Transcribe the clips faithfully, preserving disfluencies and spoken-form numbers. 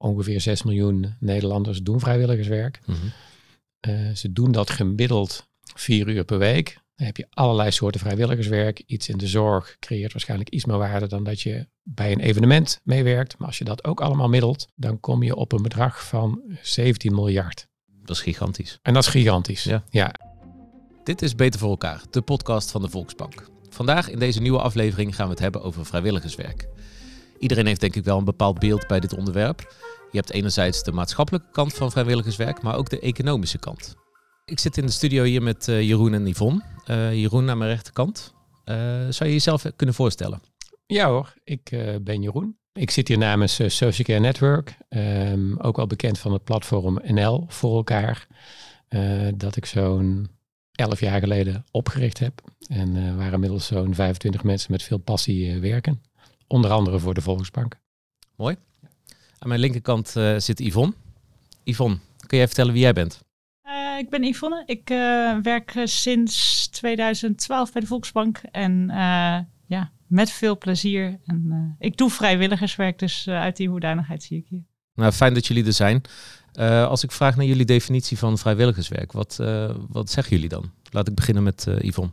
ongeveer zes miljoen Nederlanders doen vrijwilligerswerk. Mm-hmm. Uh, ze doen dat gemiddeld vier uur per week. Dan heb je allerlei soorten vrijwilligerswerk. Iets in de zorg creëert waarschijnlijk iets meer waarde dan dat je bij een evenement meewerkt. Maar als je dat ook allemaal middelt, dan kom je op een bedrag van zeventien miljard. Dat is gigantisch. En dat is gigantisch. Ja. ja. Dit is Beter voor elkaar, de podcast van de Volksbank. Vandaag in deze nieuwe aflevering gaan we het hebben over vrijwilligerswerk. Iedereen heeft denk ik wel een bepaald beeld bij dit onderwerp. Je hebt enerzijds de maatschappelijke kant van vrijwilligerswerk, maar ook de economische kant. Ik zit in de studio hier met uh, Jeroen en Yvonne. Uh, Jeroen aan mijn rechterkant. Uh, zou je jezelf kunnen voorstellen? Ja hoor, ik uh, ben Jeroen. Ik zit hier namens uh, Social Care Network. Um, ook wel bekend van het platform N L voor elkaar. Uh, dat ik zo'n elf jaar geleden opgericht heb. En uh, waar inmiddels zo'n vijfentwintig mensen met veel passie uh, werken. Onder andere voor de Volksbank. Mooi. Aan mijn linkerkant uh, zit Yvonne. Yvonne, kun jij vertellen wie jij bent? Uh, ik ben Yvonne. Ik uh, werk uh, sinds tweeduizend twaalf bij de Volksbank. En uh, ja, met veel plezier. En uh, ik doe vrijwilligerswerk, dus uh, uit die hoedanigheid zie ik hier. Nou, fijn dat jullie er zijn. Uh, als ik vraag naar jullie definitie van vrijwilligerswerk, wat, uh, wat zeggen jullie dan? Laat ik beginnen met uh, Yvonne.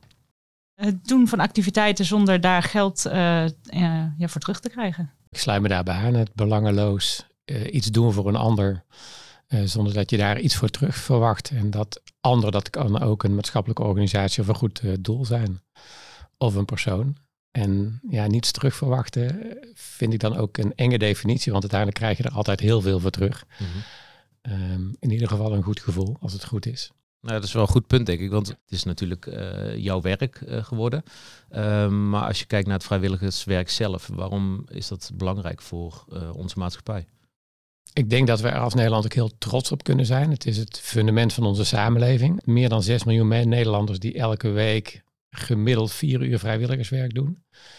Het doen van activiteiten zonder daar geld uh, uh, ja, voor terug te krijgen. Ik sluit me daarbij aan. Het belangeloos uh, iets doen voor een ander. Uh, zonder dat je daar iets voor terug verwacht. En dat ander, dat kan ook een maatschappelijke organisatie of een goed uh, doel zijn. Of een persoon. En ja, niets terug verwachten vind ik dan ook een enge definitie. Want uiteindelijk krijg je er altijd heel veel voor terug. Mm-hmm. Um, in ieder geval een goed gevoel, als het goed is. Nou, dat is wel een goed punt, denk ik. Want het is natuurlijk uh, jouw werk uh, geworden. Uh, maar als je kijkt naar het vrijwilligerswerk zelf, waarom is dat belangrijk voor uh, onze maatschappij? Ik denk dat we er als Nederland ook heel trots op kunnen zijn. Het is het fundament van onze samenleving. Meer dan zes miljoen Nederlanders die elke week gemiddeld vier uur vrijwilligerswerk doen.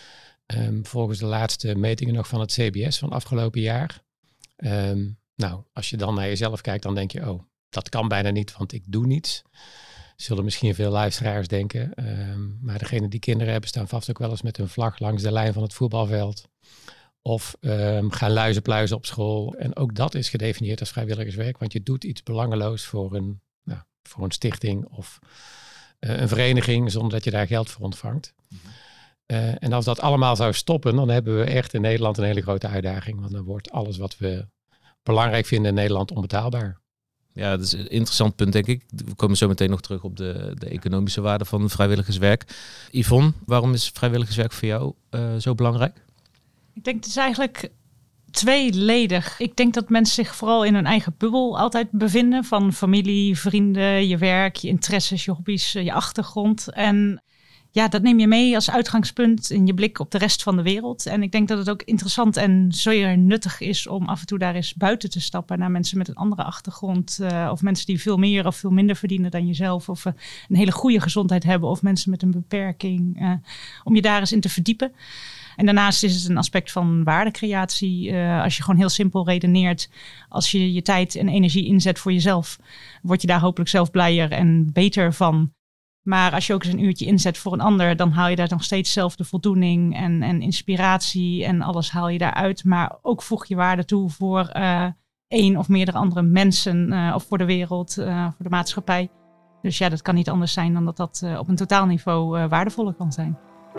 Um, volgens de laatste metingen nog van het C B S van afgelopen jaar. Um, nou, als je dan naar jezelf kijkt, dan denk je, oh, dat kan bijna niet, want ik doe niets. Zullen misschien veel luisteraars denken. Um, maar degene die kinderen hebben, staan vast ook wel eens met hun vlag langs de lijn van het voetbalveld. Of um, gaan luizenpluizen op school. En ook dat is gedefinieerd als vrijwilligerswerk. Want je doet iets belangeloos voor een, nou, voor een stichting of uh, een vereniging, zonder dat je daar geld voor ontvangt. Mm-hmm. Uh, en als dat allemaal zou stoppen, dan hebben we echt in Nederland een hele grote uitdaging. Want dan wordt alles wat we belangrijk vinden in Nederland onbetaalbaar. Ja, dat is een interessant punt, denk ik. We komen zo meteen nog terug op de, de economische waarde van vrijwilligerswerk. Yvonne, waarom is vrijwilligerswerk voor jou uh, zo belangrijk? Ik denk het is eigenlijk tweeledig. Ik denk dat mensen zich vooral in hun eigen bubbel altijd bevinden. Van familie, vrienden, je werk, je interesses, je hobby's, je achtergrond. En ja, dat neem je mee als uitgangspunt in je blik op de rest van de wereld. En ik denk dat het ook interessant en zeer nuttig is om af en toe daar eens buiten te stappen naar mensen met een andere achtergrond. Uh, of mensen die veel meer of veel minder verdienen dan jezelf. Of uh, een hele goede gezondheid hebben. Of mensen met een beperking. Uh, om je daar eens in te verdiepen. En daarnaast is het een aspect van waardecreatie. Uh, als je gewoon heel simpel redeneert. Als je je tijd en energie inzet voor jezelf, word je daar hopelijk zelf blijer en beter van. Maar als je ook eens een uurtje inzet voor een ander, dan haal je daar nog steeds zelf de voldoening en, en inspiratie en alles haal je daaruit. Maar ook voeg je waarde toe voor uh, één of meerdere andere mensen uh, of voor de wereld, uh, voor de maatschappij. Dus ja, dat kan niet anders zijn dan dat dat uh, op een totaalniveau uh, waardevoller kan zijn.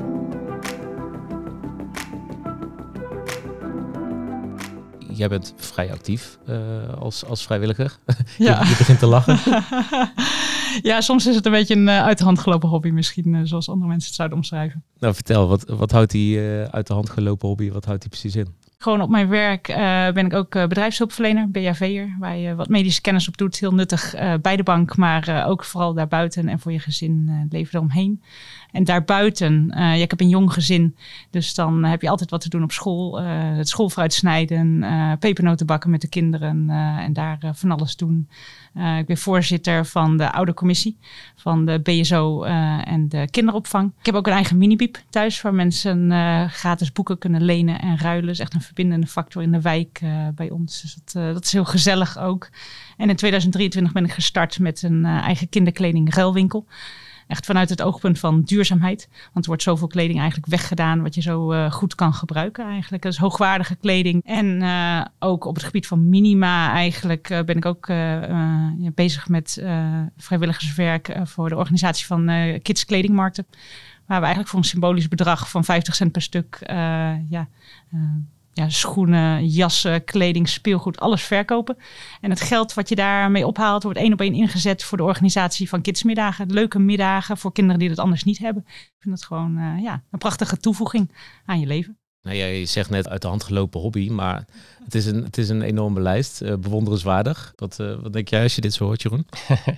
Jij bent vrij actief uh, als, als vrijwilliger. Ja. je, je begint te lachen. Ja, soms is het een beetje een uh, uit de hand gelopen hobby misschien, uh, zoals andere mensen het zouden omschrijven. Nou, vertel, wat, wat houdt die uh, uit de hand gelopen hobby, wat houdt die precies in? Gewoon op mijn werk uh, ben ik ook uh, bedrijfshulpverlener, B H V'er, waar je wat medische kennis op doet. Heel nuttig uh, bij de bank, maar uh, ook vooral daarbuiten en voor je gezin, uh, leven eromheen. En daarbuiten, uh, ja, ik heb een jong gezin, dus dan heb je altijd wat te doen op school. Uh, het schoolfruit snijden, uh, pepernoten bakken met de kinderen uh, en daar uh, van alles doen. Uh, ik ben voorzitter van de oudercommissie van de B S O uh, en de kinderopvang. Ik heb ook een eigen minibiep thuis waar mensen uh, gratis boeken kunnen lenen en ruilen. Dat is echt een verbindende factor in de wijk uh, bij ons. Dus dat, uh, dat is heel gezellig ook. En in tweeduizend drieëntwintig ben ik gestart met een uh, eigen kinderkleding ruilwinkel. Echt vanuit het oogpunt van duurzaamheid. Want er wordt zoveel kleding eigenlijk weggedaan wat je zo uh, goed kan gebruiken eigenlijk. Dat is hoogwaardige kleding. En uh, ook op het gebied van minima eigenlijk uh, ben ik ook uh, uh, bezig met uh, vrijwilligerswerk uh, voor de organisatie van uh, Kids Kledingmarkten. Waar we eigenlijk voor een symbolisch bedrag van vijftig cent per stuk uh, ja, uh, ja, schoenen, jassen, kleding, speelgoed, alles verkopen. En het geld wat je daarmee ophaalt wordt één op één ingezet voor de organisatie van kidsmiddagen. Leuke middagen voor kinderen die dat anders niet hebben. Ik vind dat gewoon uh, ja, een prachtige toevoeging aan je leven. Nou, ja, je zegt net uit de hand gelopen hobby, maar het is een, het is een enorme lijst. Uh, bewonderenswaardig. Wat, uh, wat denk jij als je dit zo hoort, Jeroen?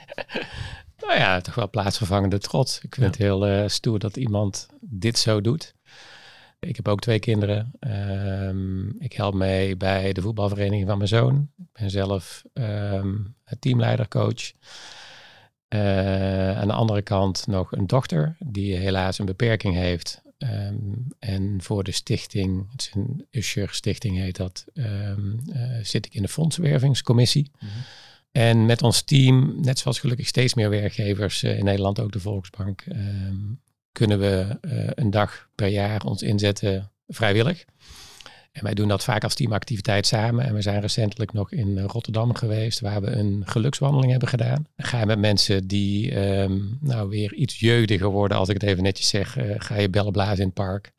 Nou ja, toch wel plaatsvervangende trots. Ik vind ja. het heel uh, stoer dat iemand dit zo doet. Ik heb ook twee kinderen. Um, ik help mee bij de voetbalvereniging van mijn zoon. Ik ben zelf um, teamleider, coach. Uh, aan de andere kant nog een dochter die helaas een beperking heeft. Um, en voor de stichting, het is een Usher stichting heet dat, um, uh, zit ik in de fondsenwervingscommissie. Mm-hmm. En met ons team, net zoals gelukkig steeds meer werkgevers uh, in Nederland, ook de Volksbank, um, kunnen we uh, een dag per jaar ons inzetten vrijwillig. En wij doen dat vaak als teamactiviteit samen. En we zijn recentelijk nog in Rotterdam geweest, waar we een gelukswandeling hebben gedaan. Dan ga je met mensen die um, nou weer iets jeugdiger worden, als ik het even netjes zeg. Uh, ga je bellen blazen in het park.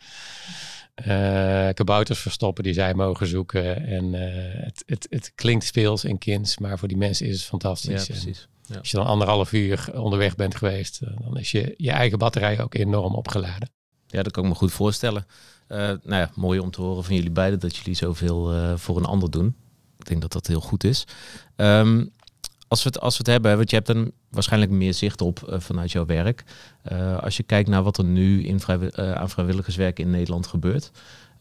Uh, kabouters verstoppen die zij mogen zoeken. En uh, het, het, het klinkt speels en kinds, maar voor die mensen is het fantastisch. Ja, precies. Ja. Als je dan anderhalf uur onderweg bent geweest, dan is je, je eigen batterij ook enorm opgeladen. Ja, dat kan ik me goed voorstellen. Uh, nou ja, mooi om te horen van jullie beiden dat jullie zoveel uh, voor een ander doen. Ik denk dat dat heel goed is. Um, als, we het, als we het hebben, want je hebt dan waarschijnlijk meer zicht op uh, vanuit jouw werk. Uh, als je kijkt naar wat er nu in vrijw- uh, aan vrijwilligerswerk in Nederland gebeurt.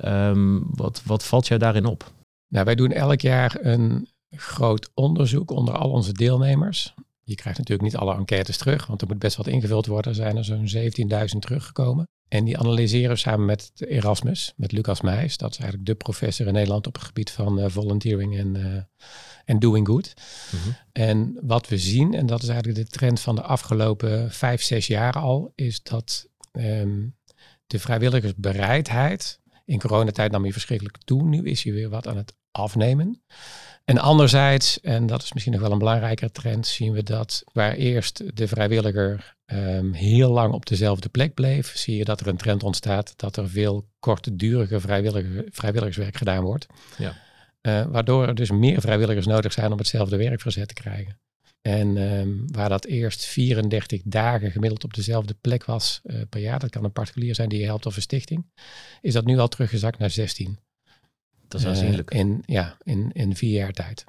Um, wat, wat valt jou daarin op? Nou, wij doen elk jaar een groot onderzoek onder al onze deelnemers. Je krijgt natuurlijk niet alle enquêtes terug, want er moet best wat ingevuld worden. Er zijn er zo'n zeventienduizend teruggekomen. En die analyseren we samen met de Erasmus, met Lucas Meijs. Dat is eigenlijk de professor in Nederland op het gebied van uh, volunteering en, uh, en doing good. Mm-hmm. En wat we zien, en dat is eigenlijk de trend van de afgelopen vijf, zes jaar al, is dat um, de vrijwilligersbereidheid, in coronatijd nam hij verschrikkelijk toe. Nu is hij weer wat aan het afnemen. En anderzijds, en dat is misschien nog wel een belangrijkere trend, zien we dat waar eerst de vrijwilliger um, heel lang op dezelfde plek bleef, zie je dat er een trend ontstaat dat er veel kortdurige vrijwilliger, vrijwilligerswerk gedaan wordt. Ja. Uh, waardoor er dus meer vrijwilligers nodig zijn om hetzelfde werk verzet te krijgen. En um, waar dat eerst vierendertig dagen gemiddeld op dezelfde plek was uh, per jaar, dat kan een particulier zijn die je helpt of een stichting, is dat nu al teruggezakt naar zestien. Dat is aanzienlijk. Uh, in, ja, in, in vier jaar tijd.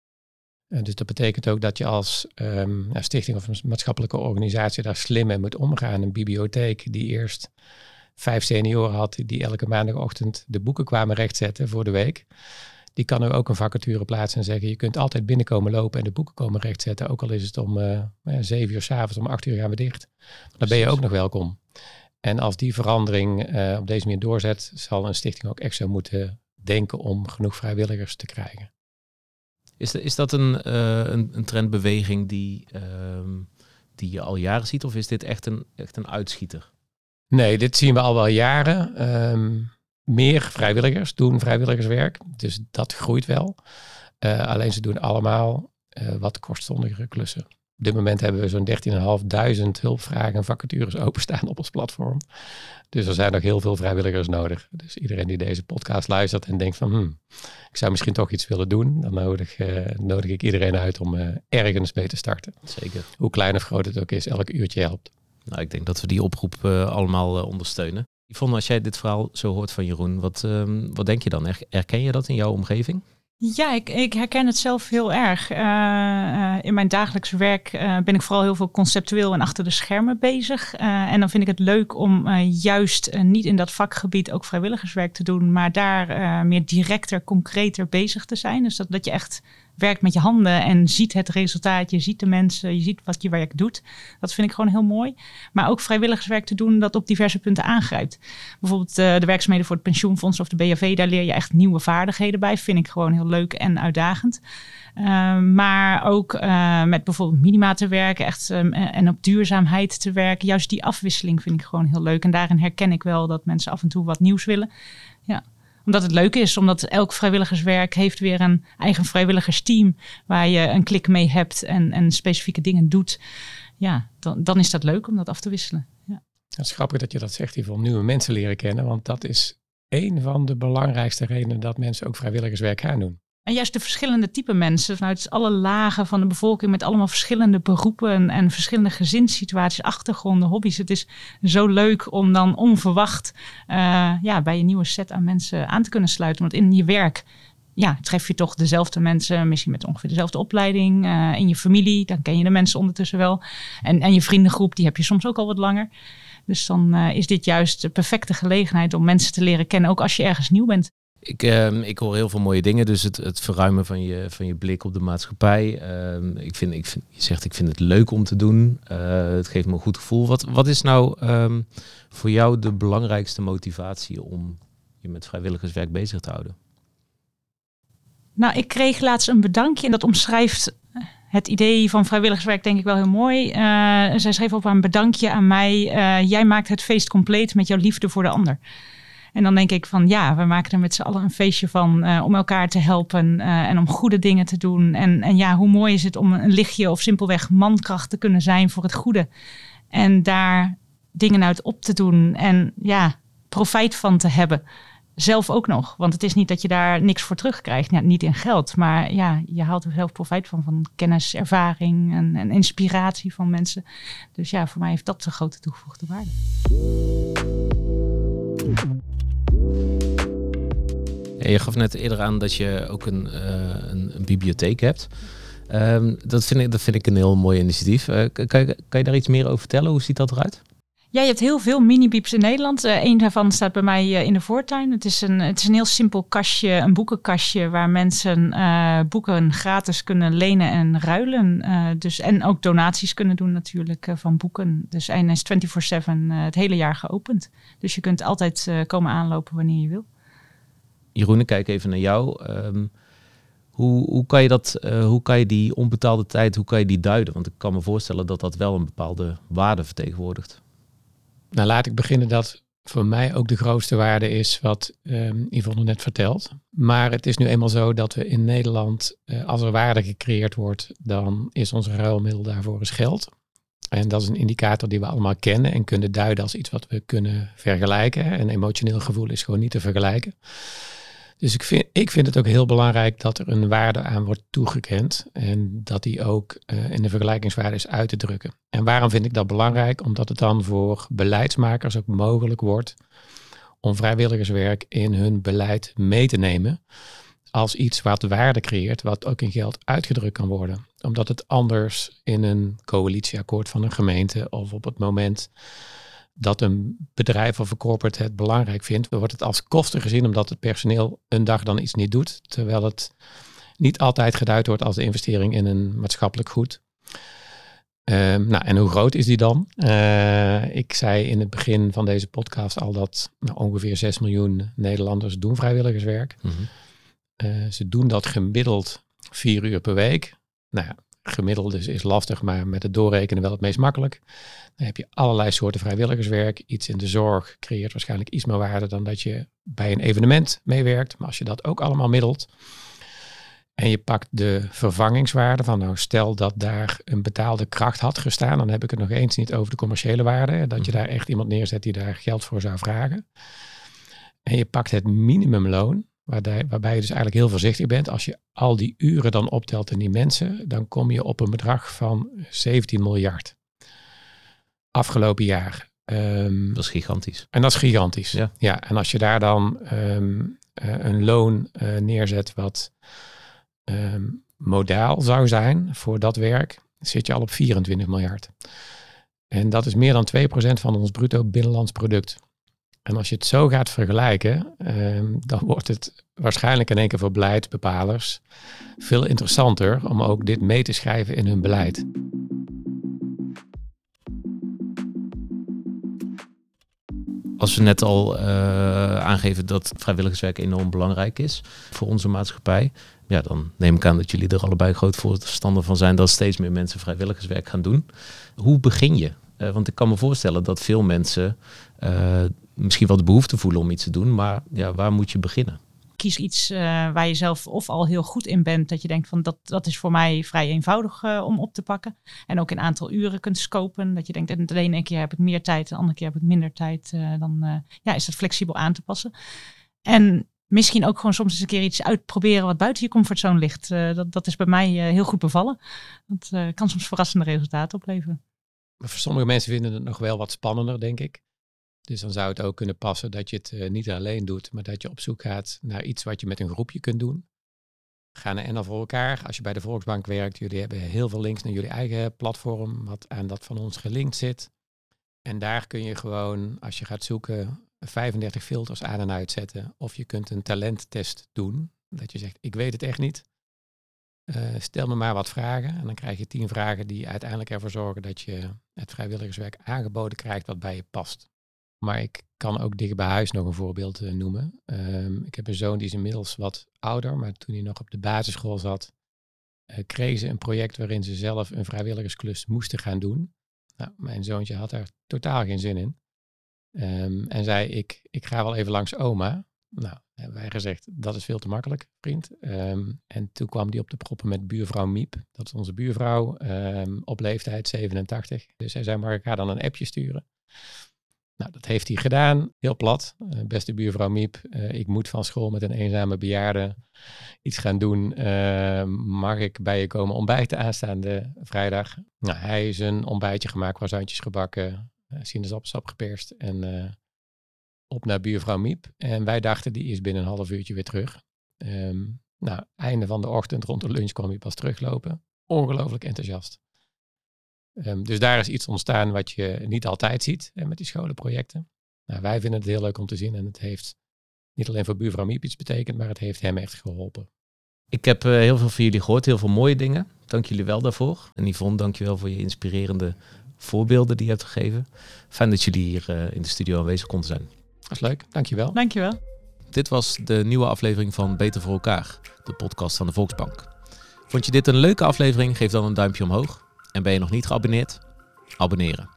Uh, dus dat betekent ook dat je als um, ja, stichting of een maatschappelijke organisatie daar slim mee moet omgaan. Een bibliotheek die eerst vijf senioren had, die elke maandagochtend de boeken kwamen rechtzetten voor de week. Die kan nu ook een vacature plaatsen en zeggen, je kunt altijd binnenkomen lopen en de boeken komen rechtzetten. Ook al is het om uh, zeven uur 's avonds, om acht uur gaan we dicht. Dan ben je ook nog welkom. En als die verandering uh, op deze manier doorzet, zal een stichting ook echt zo moeten denken om genoeg vrijwilligers te krijgen. Is, de, is dat een, uh, een, een trendbeweging die, uh, die je al jaren ziet? Of is dit echt een, echt een uitschieter? Nee, dit zien we al wel jaren. Um, meer vrijwilligers doen vrijwilligerswerk. Dus dat groeit wel. Uh, alleen ze doen allemaal uh, wat kortstondigere klussen. Op dit moment hebben we zo'n dertienduizend vijfhonderd hulpvragen en vacatures openstaan op ons platform. Dus er zijn nog heel veel vrijwilligers nodig. Dus iedereen die deze podcast luistert en denkt van, hmm, ik zou misschien toch iets willen doen, dan nodig, uh, nodig ik iedereen uit om uh, ergens mee te starten. Zeker. Hoe klein of groot het ook is, elk uurtje helpt. Nou, ik denk dat we die oproep uh, allemaal uh, ondersteunen. Yvonne, als jij dit verhaal zo hoort van Jeroen, wat, uh, wat denk je dan? Herken je dat in jouw omgeving? Ja, ik, ik herken het zelf heel erg. Uh, uh, in mijn dagelijks werk uh, ben ik vooral heel veel conceptueel en achter de schermen bezig. Uh, en dan vind ik het leuk om uh, juist uh, niet in dat vakgebied ook vrijwilligerswerk te doen, maar daar uh, meer directer, concreter bezig te zijn. Dus dat, dat je echt werkt met je handen en ziet het resultaat. Je ziet de mensen, je ziet wat je werk doet. Dat vind ik gewoon heel mooi. Maar ook vrijwilligerswerk te doen dat op diverse punten aangrijpt. Bijvoorbeeld uh, de werkzaamheden voor het pensioenfonds of de B H V, daar leer je echt nieuwe vaardigheden bij. Vind ik gewoon heel heel leuk en uitdagend. Uh, maar ook uh, met bijvoorbeeld minima te werken echt, um, en op duurzaamheid te werken. Juist die afwisseling vind ik gewoon heel leuk. En daarin herken ik wel dat mensen af en toe wat nieuws willen. Ja. Omdat het leuk is, omdat elk vrijwilligerswerk heeft weer een eigen vrijwilligersteam waar je een klik mee hebt en, en specifieke dingen doet. Ja, dan, dan is dat leuk om dat af te wisselen. Ja. Het is grappig dat je dat zegt, Yvonne, nieuwe mensen leren kennen. Want dat is een van de belangrijkste redenen dat mensen ook vrijwilligerswerk gaan doen. En juist de verschillende type mensen vanuit alle lagen van de bevolking met allemaal verschillende beroepen en, en verschillende gezinssituaties, achtergronden, hobby's. Het is zo leuk om dan onverwacht uh, ja, bij een nieuwe set aan mensen aan te kunnen sluiten. Want in je werk ja, tref je toch dezelfde mensen, misschien met ongeveer dezelfde opleiding. Uh, in je familie, dan ken je de mensen ondertussen wel. En, en je vriendengroep, die heb je soms ook al wat langer. Dus dan uh, is dit juist de perfecte gelegenheid om mensen te leren kennen, ook als je ergens nieuw bent. Ik, uh, ik hoor heel veel mooie dingen, dus het, het verruimen van je, van je blik op de maatschappij. Uh, ik vind, ik vind, je zegt, ik vind het leuk om te doen. Uh, het geeft me een goed gevoel. Wat, wat is nou um, voor jou de belangrijkste motivatie om je met vrijwilligerswerk bezig te houden? Nou, ik kreeg laatst een bedankje en dat omschrijft het idee van vrijwilligerswerk denk ik wel heel mooi. Uh, zij schreef op een bedankje aan mij. Uh, jij maakt het feest compleet met jouw liefde voor de ander. En dan denk ik van ja, we maken er met z'n allen een feestje van uh, om elkaar te helpen uh, en om goede dingen te doen. En, en ja, hoe mooi is het om een lichtje of simpelweg mankracht te kunnen zijn voor het goede. En daar dingen uit op te doen en ja, profijt van te hebben. Zelf ook nog, want het is niet dat je daar niks voor terugkrijgt. Ja, niet in geld, maar ja, je haalt er zelf profijt van. Van kennis, ervaring en, en inspiratie van mensen. Dus ja, voor mij heeft dat de grote toegevoegde waarde. Ja, je gaf net eerder aan dat je ook een, uh, een, een bibliotheek hebt. Um, dat, vind ik, dat vind ik een heel mooi initiatief. Uh, kan, je, kan je daar iets meer over vertellen? Hoe ziet dat eruit? Ja, je hebt heel veel mini-bieps in Nederland. Uh, Eén daarvan staat bij mij uh, in de voortuin. Het is, een, het is een heel simpel kastje, een boekenkastje waar mensen uh, boeken gratis kunnen lenen en ruilen. Uh, dus, en ook donaties kunnen doen natuurlijk uh, van boeken. Dus en is vierentwintig zeven uh, het hele jaar geopend. Dus je kunt altijd uh, komen aanlopen wanneer je wil. Jeroen, ik kijk even naar jou. Um, hoe, hoe, kan je dat, uh, hoe kan je die onbetaalde tijd, hoe kan je die duiden? Want ik kan me voorstellen dat dat wel een bepaalde waarde vertegenwoordigt. Nou, laat ik beginnen dat voor mij ook de grootste waarde is wat um, Yvonne net vertelt. Maar het is nu eenmaal zo dat we in Nederland, uh, als er waarde gecreëerd wordt, dan is ons ruilmiddel daarvoor eens geld. En dat is een indicator die we allemaal kennen en kunnen duiden als iets wat we kunnen vergelijken. Een emotioneel gevoel is gewoon niet te vergelijken. Dus ik vind, ik vind het ook heel belangrijk dat er een waarde aan wordt toegekend en dat die ook uh, in de vergelijkingswaarde is uit te drukken. En waarom vind ik dat belangrijk? Omdat het dan voor beleidsmakers ook mogelijk wordt om vrijwilligerswerk in hun beleid mee te nemen als iets wat waarde creëert, wat ook in geld uitgedrukt kan worden. Omdat het anders in een coalitieakkoord van een gemeente of op het moment dat een bedrijf of een corporate het belangrijk vindt, wordt het als kosten gezien omdat het personeel een dag dan iets niet doet, terwijl het niet altijd geduid wordt als de investering in een maatschappelijk goed. Um, nou, en hoe groot is die dan? Uh, ik zei in het begin van deze podcast al dat nou, ongeveer zes miljoen Nederlanders doen vrijwilligerswerk. Mm-hmm. Uh, ze doen dat gemiddeld vier uur per week. Nou ja, gemiddeld is, is lastig, maar met het doorrekenen wel het meest makkelijk. Dan heb je allerlei soorten vrijwilligerswerk. Iets in de zorg creëert waarschijnlijk iets meer waarde dan dat je bij een evenement meewerkt. Maar als je dat ook allemaal middelt en je pakt de vervangingswaarde van, nou stel dat daar een betaalde kracht had gestaan, dan heb ik het nog eens niet over de commerciële waarde. Dat je daar echt iemand neerzet die daar geld voor zou vragen. En je pakt het minimumloon, waarbij, waarbij je dus eigenlijk heel voorzichtig bent. Als je al die uren dan optelt en die mensen, dan kom je op een bedrag van zeventien miljard. Afgelopen jaar. Um, dat is gigantisch. En dat is gigantisch. Ja. Ja, en als je daar dan um, uh, een loon uh, neerzet wat um, modaal zou zijn voor dat werk, zit je al op vierentwintig miljard. En dat is meer dan twee procent van ons bruto binnenlands product. En als je het zo gaat vergelijken, um, dan wordt het waarschijnlijk in één keer voor beleidsbepalers veel interessanter om ook dit mee te schrijven in hun beleid. Als we net al uh, aangeven dat vrijwilligerswerk enorm belangrijk is voor onze maatschappij, ja, dan neem ik aan dat jullie er allebei groot voorstander van zijn dat steeds meer mensen vrijwilligerswerk gaan doen. Hoe begin je? Uh, want ik kan me voorstellen dat veel mensen uh, misschien wel de behoefte voelen om iets te doen, maar ja, waar moet je beginnen? Kies iets uh, waar je zelf of al heel goed in bent, dat je denkt van dat, dat is voor mij vrij eenvoudig uh, om op te pakken. En ook in aantal uren kunt scopen. Dat je denkt, en de ene keer heb ik meer tijd, de andere keer heb ik minder tijd. Uh, dan uh, ja, is dat flexibel aan te passen. En misschien ook gewoon soms eens een keer iets uitproberen wat buiten je comfortzone ligt. Uh, dat, dat is bij mij uh, heel goed bevallen. Dat uh, kan soms verrassende resultaten opleveren. Maar voor sommige mensen vinden het nog wel wat spannender, denk ik. Dus dan zou het ook kunnen passen dat je het uh, niet alleen doet, maar dat je op zoek gaat naar iets wat je met een groepje kunt doen. Ga naar N L voor elkaar. Als je bij de Volksbank werkt, jullie hebben heel veel links naar jullie eigen platform, wat aan dat van ons gelinkt zit. En daar kun je gewoon, als je gaat zoeken, vijfendertig filters aan en uitzetten. Of je kunt een talenttest doen. Dat je zegt, ik weet het echt niet. Uh, stel me maar wat vragen. En dan krijg je tien vragen die uiteindelijk ervoor zorgen dat je het vrijwilligerswerk aangeboden krijgt wat bij je past. Maar ik kan ook dicht bij huis nog een voorbeeld uh, noemen. Um, ik heb een zoon die is inmiddels wat ouder, maar toen hij nog op de basisschool zat, uh, kreeg ze een project waarin ze zelf een vrijwilligersklus moesten gaan doen. Nou, mijn zoontje had daar totaal geen zin in. Um, en zei, ik, ik ga wel even langs oma. Nou, hebben wij gezegd, dat is veel te makkelijk, vriend. Um, en toen kwam hij op de proppen met buurvrouw Miep. Dat is onze buurvrouw, um, op leeftijd zevenentachtig. Dus hij zei, maar ik ga dan een appje sturen. Nou, dat heeft hij gedaan. Heel plat. Uh, beste buurvrouw Miep, uh, ik moet van school met een eenzame bejaarde iets gaan doen. Uh, mag ik bij je komen ontbijten aanstaande vrijdag? Nou, hij is een ontbijtje gemaakt, croissantjes gebakken, uh, sinaasappelsap geperst en uh, op naar buurvrouw Miep. En wij dachten, die is binnen een half uurtje weer terug. Um, nou, einde van de ochtend, rond de lunch kwam hij pas teruglopen. Ongelooflijk enthousiast. Um, dus daar is iets ontstaan wat je niet altijd ziet hè, met die scholenprojecten. Nou, wij vinden het heel leuk om te zien en het heeft niet alleen voor buurvrouw Miep iets betekend, maar het heeft hem echt geholpen. Ik heb uh, heel veel van jullie gehoord, heel veel mooie dingen. Dank jullie wel daarvoor. En Yvonne, dank je wel voor je inspirerende voorbeelden die je hebt gegeven. Fijn dat jullie hier uh, in de studio aanwezig konden zijn. Dat is leuk, dankjewel. Dankjewel. Dit was de nieuwe aflevering van Beter voor elkaar, de podcast van de Volksbank. Vond je dit een leuke aflevering? Geef dan een duimpje omhoog. En ben je nog niet geabonneerd? Abonneren.